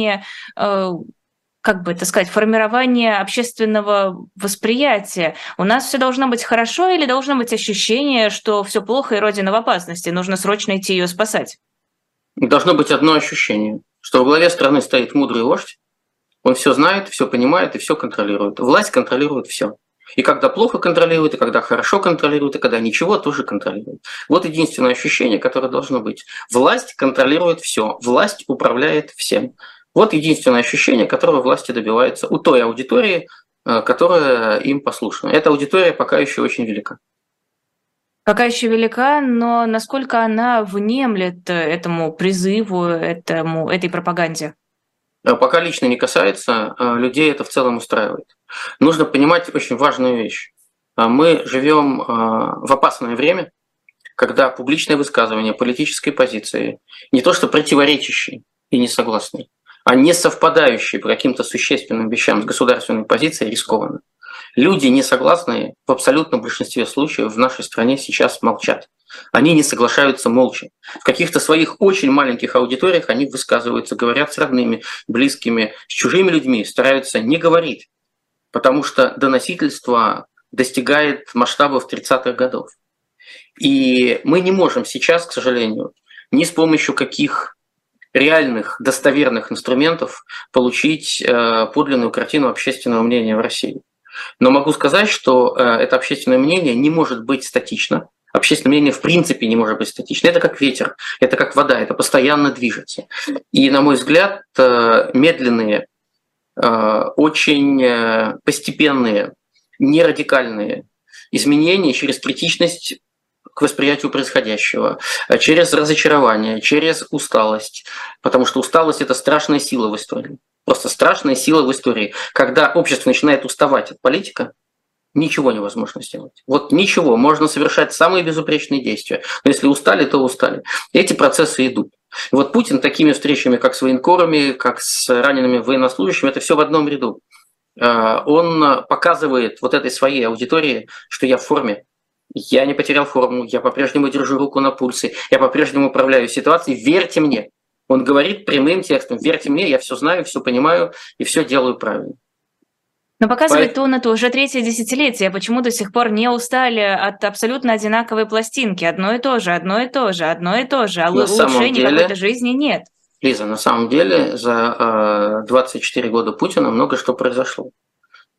как бы это сказать, формирование общественного восприятия. У нас все должно быть хорошо или должно быть ощущение, что все плохо и Родина в опасности, нужно срочно идти ее спасать? Должно быть одно ощущение, что во главе страны стоит мудрый вождь, он все знает, все понимает и все контролирует. Власть контролирует все. И когда плохо контролирует, и когда хорошо контролирует, и когда ничего, тоже контролирует. Вот единственное ощущение, которое должно быть. Власть контролирует все, власть управляет всем. Вот единственное ощущение, которого власти добивается у той аудитории, которая им послушна. Эта аудитория пока еще очень велика. Пока еще велика, но насколько она внемлет этому призыву, этой пропаганде? Пока лично не касается, людей это в целом устраивает. Нужно понимать очень важную вещь. Мы живем в опасное время, когда публичное высказывание политической позиции, не то что противоречащие и не согласные, а не совпадающие по каким-то существенным вещам с государственной позицией, рискованно. Люди, не согласные, в абсолютном большинстве случаев в нашей стране сейчас молчат. Они не соглашаются молча. В каких-то своих очень маленьких аудиториях они высказываются, говорят с родными, близкими, с чужими людьми, стараются не говорить, потому что доносительство достигает масштабов 30-х годов. И мы не можем сейчас, к сожалению, ни с помощью каких реальных, достоверных инструментов получить подлинную картину общественного мнения в России. Но могу сказать, что это общественное мнение не может быть статично. Общественное мнение в принципе не может быть статично. Это как ветер, это как вода, это постоянно движется. И, на мой взгляд, медленные, очень постепенные, нерадикальные изменения через критичность к восприятию происходящего, через разочарование, через усталость. Потому что усталость – это страшная сила в истории. Просто страшная сила в истории. Когда общество начинает уставать от политика, ничего невозможно сделать. Вот ничего. Можно совершать самые безупречные действия. Но если устали, то устали. Эти процессы идут. Вот Путин такими встречами, как с военкорами, как с ранеными военнослужащими, это все в одном ряду. Он показывает вот этой своей аудитории, что я в форме. Я не потерял форму, я по-прежнему держу руку на пульсе, я по-прежнему управляю ситуацией, верьте мне. Он говорит прямым текстом, верьте мне, я все знаю, все понимаю и все делаю правильно. Но показывает он это уже 3-е десятилетие. Почему до сих пор не устали от абсолютно одинаковой пластинки? Одно и то же, одно и то же, одно и то же. А улучшения какой-то жизни нет. Лиза, на самом деле за 24 года Путина много что произошло.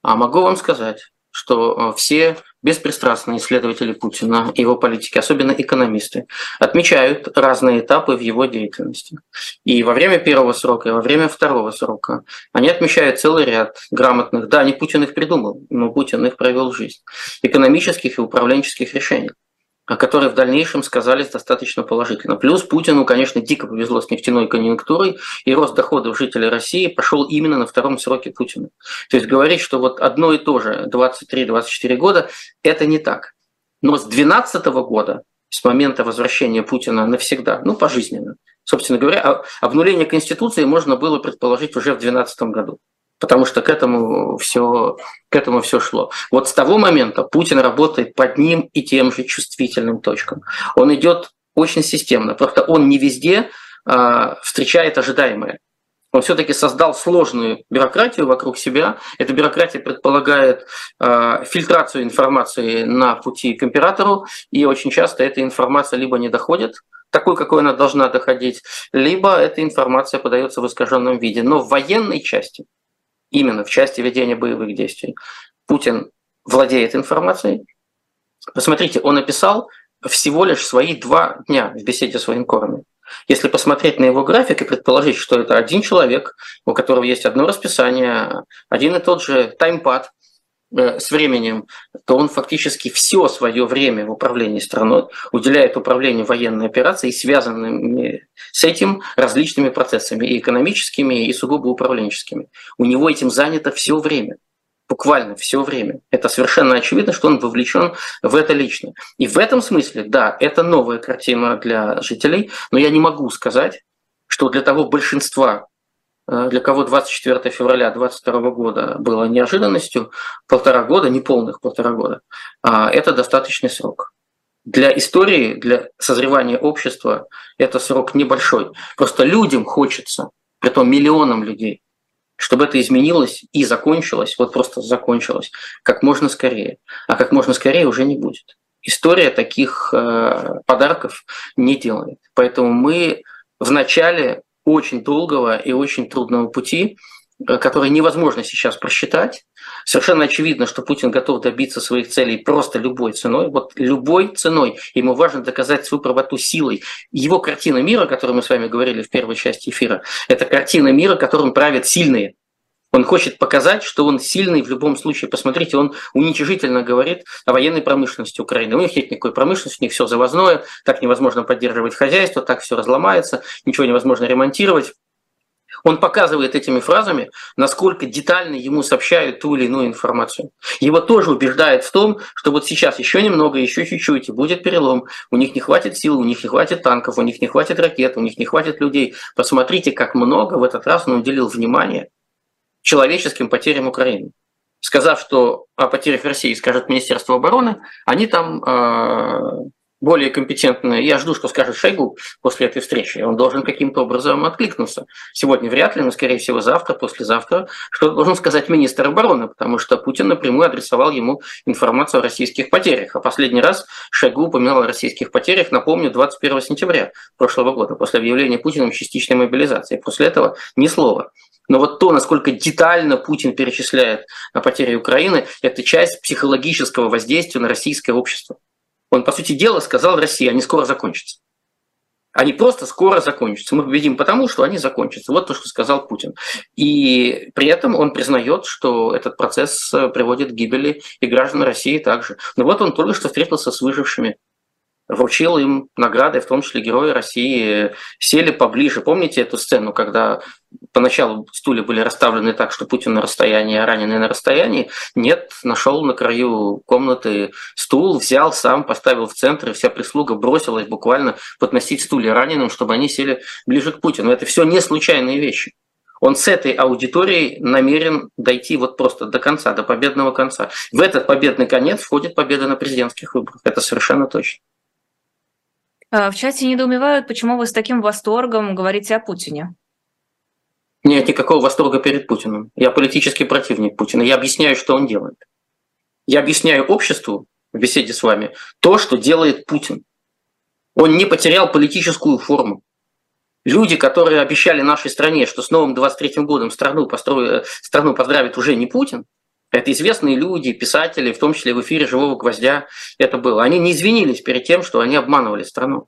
А могу вам сказать, что все беспристрастные исследователи Путина и его политики, особенно экономисты, отмечают разные этапы в его деятельности. И во время первого срока, и во время второго срока они отмечают целый ряд грамотных, да, не Путин их придумал, но Путин их провел в жизнь, экономических и управленческих решений, которые в дальнейшем сказались достаточно положительно. Плюс Путину, конечно, дико повезло с нефтяной конъюнктурой, и рост доходов жителей России пошел именно на втором сроке Путина. То есть говорить, что вот одно и то же 23-24 года, это не так. Но с 2012 года, с момента возвращения Путина навсегда, ну, пожизненно, собственно говоря, обнуление Конституции можно было предположить уже в 2012 году. Потому что к этому все шло. Вот с того момента Путин работает по одним и тем же чувствительным точкам. Он идет очень системно. Просто он не везде встречает ожидаемое. Он все-таки создал сложную бюрократию вокруг себя. Эта бюрократия предполагает фильтрацию информации на пути к императору, и очень часто эта информация либо не доходит, такой, какой она должна доходить, либо эта информация подается в искаженном виде. Но в военной части, именно в части ведения боевых действий, Путин владеет информацией. Посмотрите, он описал всего лишь свои 2 дня в беседе с военкорами. Если посмотреть на его график и предположить, что это один человек, у которого есть одно расписание, один и тот же таймпад с временем, то он фактически все свое время в управлении страной уделяет управлению военной операцией и связанными с этим различными процессами, и экономическими, и сугубо управленческими. У него этим занято все время. Буквально все время. Это совершенно очевидно, что он вовлечен в это лично. И в этом смысле, да, это новая картина для жителей, но я не могу сказать, что для того большинства, для кого 24 февраля 2022 года было неожиданностью, 1,5 года, неполных 1,5 года, это достаточный срок. Для истории, для созревания общества это срок небольшой. Просто людям хочется, притом миллионам людей, чтобы это изменилось и закончилось, вот просто закончилось, как можно скорее. А как можно скорее уже не будет. История таких подарков не делает. Поэтому мы в начале очень долгого и очень трудного пути, который невозможно сейчас просчитать. Совершенно очевидно, что Путин готов добиться своих целей просто любой ценой. Вот любой ценой. Ему важно доказать свою правоту силой. Его картина мира, о которой мы с вами говорили в первой части эфира, это картина мира, которым правят сильные. Он хочет показать, что он сильный в любом случае. Посмотрите, он уничижительно говорит о военной промышленности Украины. У них нет никакой промышленности, у них все завозное, так невозможно поддерживать хозяйство, так все разломается, ничего невозможно ремонтировать. Он показывает этими фразами, насколько детально ему сообщают ту или иную информацию. Его тоже убеждает в том, что вот сейчас еще немного, еще чуть-чуть, и будет перелом. У них не хватит сил, у них не хватит танков, у них не хватит ракет, у них не хватит людей. Посмотрите, как много в этот раз он уделил внимания человеческим потерям Украины. Сказав, что о потерях России скажет Министерство обороны, они там более компетентные. Я жду, что скажет Шойгу после этой встречи. Он должен каким-то образом откликнуться. Сегодня вряд ли, но, скорее всего, завтра, послезавтра, что должен сказать министр обороны, потому что Путин напрямую адресовал ему информацию о российских потерях. А последний раз Шойгу упоминал о российских потерях, напомню, 21 сентября прошлого года, после объявления Путиным частичной мобилизации. После этого ни слова. Но вот то, насколько детально Путин перечисляет о потере Украины, это часть психологического воздействия на российское общество. Он, по сути дела, сказал России, они скоро закончатся. Они просто скоро закончатся. Мы победим потому, что они закончатся. Вот то, что сказал Путин. И при этом он признает, что этот процесс приводит к гибели и граждан России также. Но вот он только что встретился с выжившими, вручил им награды, в том числе Герои России, сели поближе. Помните эту сцену, когда поначалу стулья были расставлены так, что Путин на расстоянии, а раненый на расстоянии? Нет, нашел на краю комнаты стул, взял сам, поставил в центр, и вся прислуга бросилась буквально подносить стулья раненым, чтобы они сели ближе к Путину. Это все не случайные вещи. Он с этой аудиторией намерен дойти вот просто до конца, до победного конца. В этот победный конец входит победа на президентских выборах. Это совершенно точно. В чате недоумевают, почему вы с таким восторгом говорите о Путине. Нет никакого восторга перед Путиным. Я политический противник Путина. Я объясняю, что он делает. Я объясняю обществу в беседе с вами то, что делает Путин. Он не потерял политическую форму. Люди, которые обещали нашей стране, что с новым 23-м годом страну поздравит уже не Путин, Это известные люди, писатели, в том числе в эфире «Живого гвоздя» это было. Они не извинились перед тем, что они обманывали страну.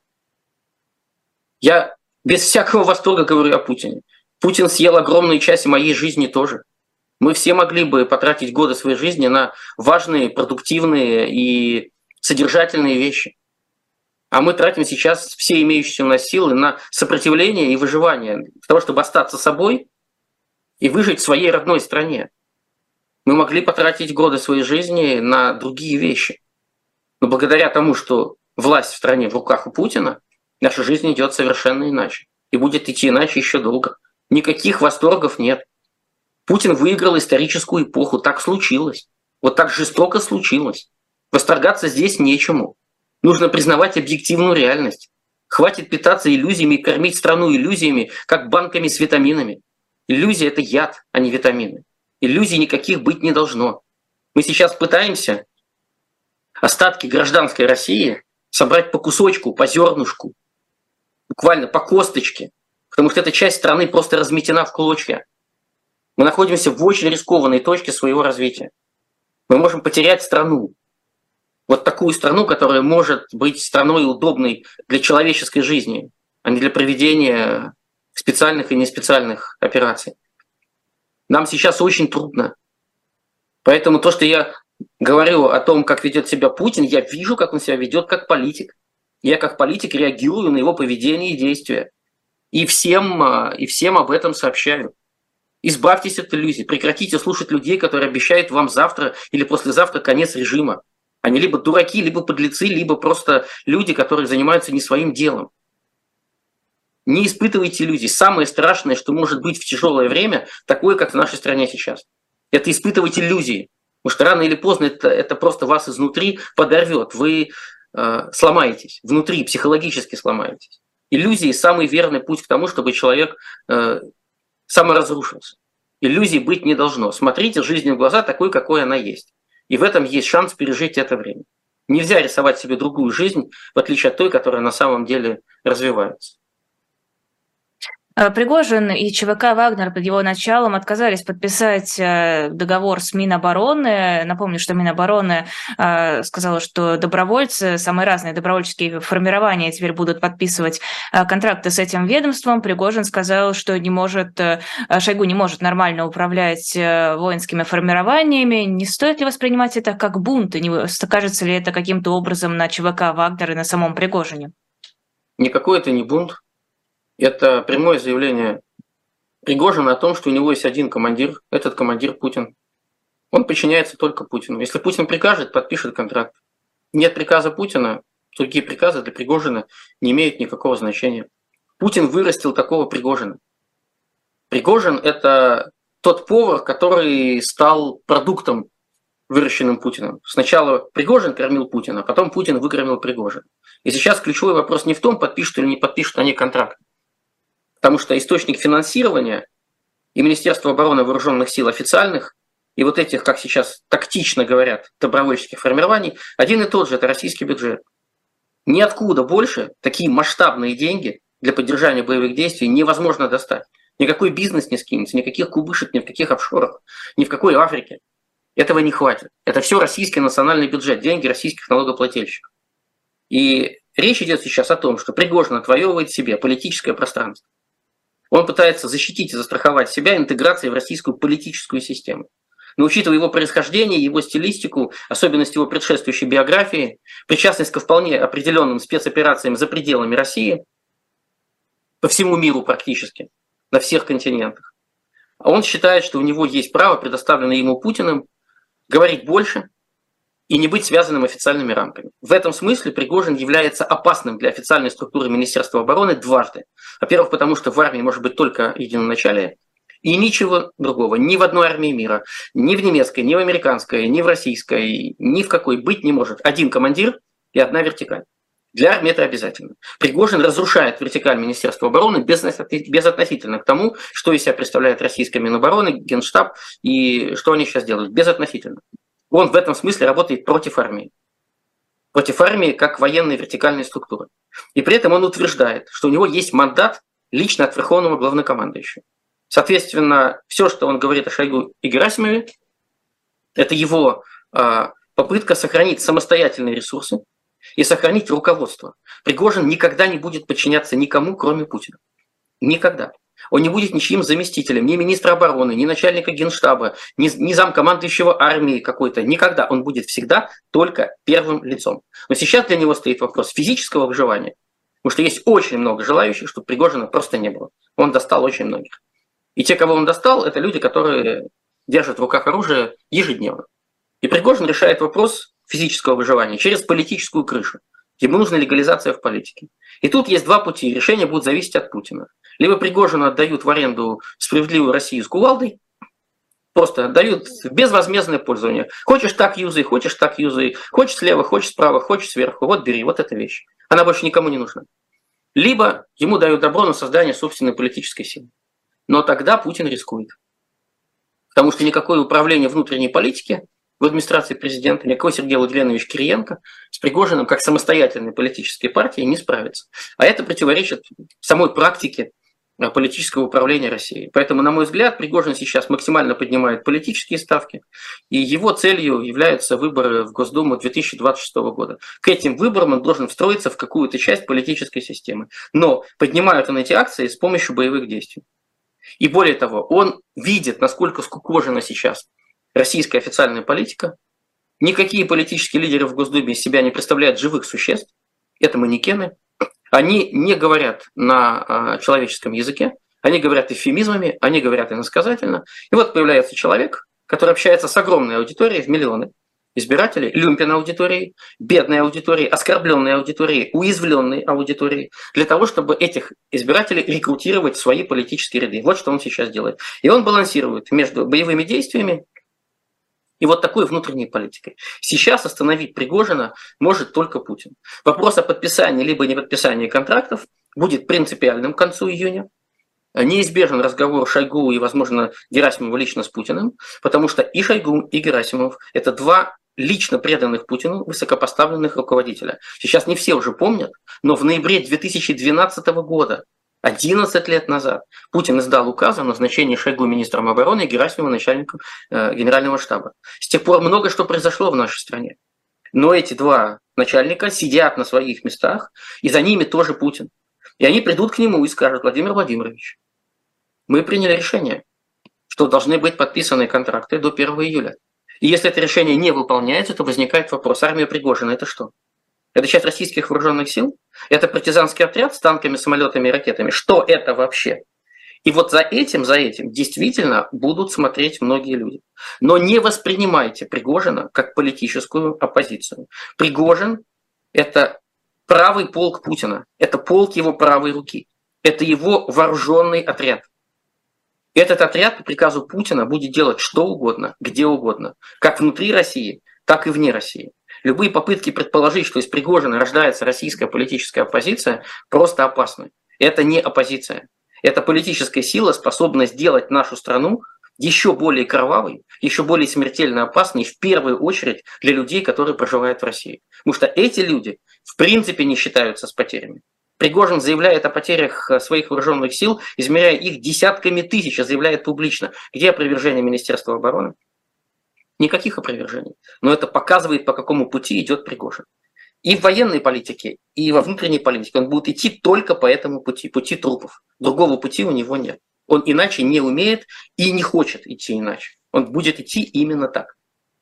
Я без всякого восторга говорю о Путине. Путин съел огромную часть моей жизни тоже. Мы все могли бы потратить годы своей жизни на важные, продуктивные и содержательные вещи. А мы тратим сейчас все имеющиеся у нас силы на сопротивление и выживание, для того, чтобы остаться собой и выжить в своей родной стране. Мы могли потратить годы своей жизни на другие вещи. Но благодаря тому, что власть в стране в руках у Путина, наша жизнь идет совершенно иначе. И будет идти иначе еще долго. Никаких восторгов нет. Путин выиграл историческую эпоху. Так случилось. Вот так жестоко случилось. Восторгаться здесь нечему. Нужно признавать объективную реальность. Хватит питаться иллюзиями и кормить страну иллюзиями, как банками с витаминами. Иллюзия – это яд, а не витамины. Иллюзий никаких быть не должно. Мы сейчас пытаемся остатки гражданской России собрать по кусочку, по зернышку, буквально по косточке, потому что эта часть страны просто разметена в клочья. Мы находимся в очень рискованной точке своего развития. Мы можем потерять страну. Вот такую страну, которая может быть страной удобной для человеческой жизни, а не для проведения специальных и неспециальных операций. Нам сейчас очень трудно. Поэтому то, что я говорю о том, как ведет себя Путин, я вижу, как он себя ведет как политик. Я как политик реагирую на его поведение и действия. И всем об этом сообщаю. Избавьтесь от иллюзий, прекратите слушать людей, которые обещают вам завтра или послезавтра конец режима. Они либо дураки, либо подлецы, либо просто люди, которые занимаются не своим делом. Не испытывайте иллюзий. Самое страшное, что может быть в тяжелое время, такое, как в нашей стране сейчас, это испытывать иллюзии. Потому что рано или поздно это просто вас изнутри подорвет. Вы сломаетесь, внутри психологически сломаетесь. Иллюзии – самый верный путь к тому, чтобы человек саморазрушился. Иллюзий быть не должно. Смотрите жизни в глаза такой, какой она есть. И в этом есть шанс пережить это время. Нельзя рисовать себе другую жизнь, в отличие от той, которая на самом деле развивается. Пригожин и ЧВК «Вагнер» под его началом отказались подписать договор с Минобороны. Напомню, что Минобороны сказала, что добровольцы, самые разные добровольческие формирования теперь будут подписывать контракты с этим ведомством. Пригожин сказал, что Шойгу не может нормально управлять воинскими формированиями. Не стоит ли воспринимать это как бунт? И не кажется ли это каким-то образом на ЧВК «Вагнер» и на самом Пригожине? Никакой это не бунт. Это прямое заявление Пригожина о том, что у него есть один командир, этот командир Путин. Он подчиняется только Путину. Если Путин прикажет, подпишет контракт. Нет приказа Путина, другие приказы для Пригожина не имеют никакого значения. Путин вырастил такого Пригожина. Пригожин – это тот повар, который стал продуктом, выращенным Путиным. Сначала Пригожин кормил Путина, потом Путин выкормил Пригожина. И сейчас ключевой вопрос не в том, подпишут или не подпишут они контракт. Потому что источник финансирования и Министерство обороны вооруженных сил официальных, и вот этих, как сейчас тактично говорят, добровольческих формирований, один и тот же – это российский бюджет. Ниоткуда больше такие масштабные деньги для поддержания боевых действий невозможно достать. Никакой бизнес не скинется, никаких кубышек, ни в каких офшорах, ни в какой Африке. Этого не хватит. Это все российский национальный бюджет, деньги российских налогоплательщиков. И речь идет сейчас о том, что Пригожин отвоевывает себе политическое пространство. Он пытается защитить и застраховать себя интеграцией в российскую политическую систему. Но учитывая его происхождение, его стилистику, особенности его предшествующей биографии, причастность ко вполне определенным спецоперациям за пределами России, по всему миру практически, на всех континентах, он считает, что у него есть право, предоставленное ему Путиным, говорить больше и не быть связанным официальными рамками. В этом смысле Пригожин является опасным для официальной структуры Министерства обороны дважды. Во-первых, потому что в армии может быть только единоначалие, и ничего другого ни в одной армии мира, ни в немецкой, ни в американской, ни в российской, ни в какой быть не может. Один командир и одна вертикаль. Для армии это обязательно. Пригожин разрушает вертикаль Министерства обороны безотносительно к тому, что из себя представляет российская Минобороны, Генштаб и что они сейчас делают. Безотносительно. Он в этом смысле работает против армии. Против армии как военной вертикальной структуры. И при этом он утверждает, что у него есть мандат лично от Верховного Главнокомандующего. Соответственно, все, что он говорит о Шойгу и Герасимове, Это его попытка сохранить самостоятельные ресурсы и сохранить руководство. Пригожин никогда не будет подчиняться никому, кроме Путина. Никогда. Он не будет ничьим заместителем, ни министра обороны, ни начальника генштаба, ни замкомандующего армии какой-то. Никогда. Он будет всегда только первым лицом. Но сейчас для него стоит вопрос физического выживания. Потому что есть очень много желающих, чтобы Пригожина просто не было. Он достал очень многих. И те, кого он достал, это люди, которые держат в руках оружие ежедневно. И Пригожин решает вопрос физического выживания через политическую крышу. Ему нужна легализация в политике. И тут есть два пути. Решение будет зависеть от Путина. Либо Пригожину отдают в аренду справедливую Россию с кувалдой, просто отдают в безвозмездное пользование. Хочешь так юзай, хочешь так юзай, хочешь слева, хочешь справа, хочешь сверху. Вот бери, вот эта вещь. Она больше никому не нужна. Либо ему дают добро на создание собственной политической силы. Но тогда Путин рискует. Потому что никакое управление внутренней политики в администрации президента, никакой Сергей Владимирович Кириенко с Пригожиным как самостоятельной политической партией не справится. А это противоречит самой практике политического управления Россией. Поэтому, на мой взгляд, Пригожин сейчас максимально поднимает политические ставки, и его целью являются выборы в Госдуму 2026 года. К этим выборам он должен встроиться в какую-то часть политической системы. Но поднимают он эти акции с помощью боевых действий. И более того, он видит, насколько скукожена сейчас российская официальная политика. Никакие политические лидеры в Госдуме из себя не представляют живых существ. Это манекены. Они не говорят на человеческом языке, они говорят эвфемизмами, они говорят иносказательно. И вот появляется человек, который общается с огромной аудиторией в миллионы избирателей, люмпен аудиторией, бедной аудиторией, оскорбленной аудиторией, уязвленной аудиторией, для того, чтобы этих избирателей рекрутировать в свои политические ряды. Вот что он сейчас делает. И он балансирует между боевыми действиями и вот такой внутренней политикой. Сейчас остановить Пригожина может только Путин. Вопрос о подписании либо не подписании контрактов будет принципиальным к концу июня. Неизбежен разговор Шойгу и, возможно, Герасимова лично с Путиным, потому что и Шойгу, и Герасимов – это два лично преданных Путину высокопоставленных руководителя. Сейчас не все уже помнят, но в ноябре 2012 года, 11 лет назад, Путин издал указ о назначении Шойгу министром обороны и Герасимова начальником генерального штаба. С тех пор много что произошло в нашей стране. Но эти два начальника сидят на своих местах, и за ними тоже Путин. И они придут к нему и скажут: Владимир Владимирович, мы приняли решение, что должны быть подписаны контракты до 1 июля. И если это решение не выполняется, то возникает вопрос: армия Пригожина – это что? Это часть российских вооруженных сил? Это партизанский отряд с танками, самолетами и ракетами? Что это вообще? И вот за этим действительно будут смотреть многие люди. Но не воспринимайте Пригожина как политическую оппозицию. Пригожин – это правый полк Путина, это полк его правой руки, это его вооруженный отряд. Этот отряд по приказу Путина будет делать что угодно, где угодно, как внутри России, так и вне России. Любые попытки предположить, что из Пригожина рождается российская политическая оппозиция, просто опасны. Это не оппозиция. Это политическая сила, способная сделать нашу страну еще более кровавой, еще более смертельно опасной, в первую очередь для людей, которые проживают в России. Потому что эти люди в принципе не считаются с потерями. Пригожин заявляет о потерях своих вооруженных сил, измеряя их десятками тысяч, заявляет публично. Где опровержение Министерства обороны? Никаких опровержений. Но это показывает, по какому пути идет Пригожин. И в военной политике, и во внутренней политике он будет идти только по этому пути, пути трупов. Другого пути у него нет. Он иначе не умеет и не хочет идти иначе. Он будет идти именно так.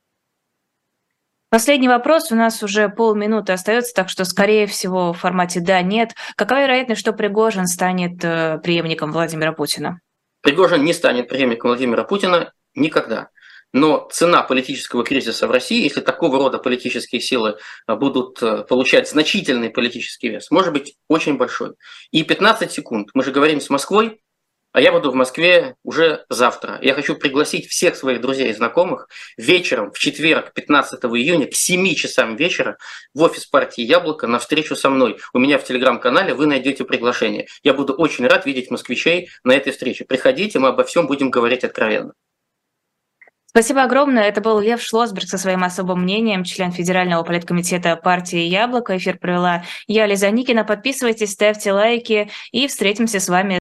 Последний вопрос. У нас уже полминуты остается, так что, скорее всего, в формате «да», «нет». Какова вероятность, что Пригожин станет преемником Владимира Путина? Пригожин не станет преемником Владимира Путина никогда. Но цена политического кризиса в России, если такого рода политические силы будут получать значительный политический вес, может быть очень большой. И 15 секунд. Мы же говорим с Москвой, а я буду в Москве уже завтра. Я хочу пригласить всех своих друзей и знакомых вечером, в четверг, 15 июня, к 7 часам вечера в офис партии «Яблоко» на встречу со мной. У меня в телеграм-канале вы найдете приглашение. Я буду очень рад видеть москвичей на этой встрече. Приходите, мы обо всем будем говорить откровенно. Спасибо огромное. Это был Лев Шлосберг со своим особым мнением, член Федерального политкомитета партии «Яблоко». Эфир провела я, Лиза Никина. Подписывайтесь, ставьте лайки и встретимся с вами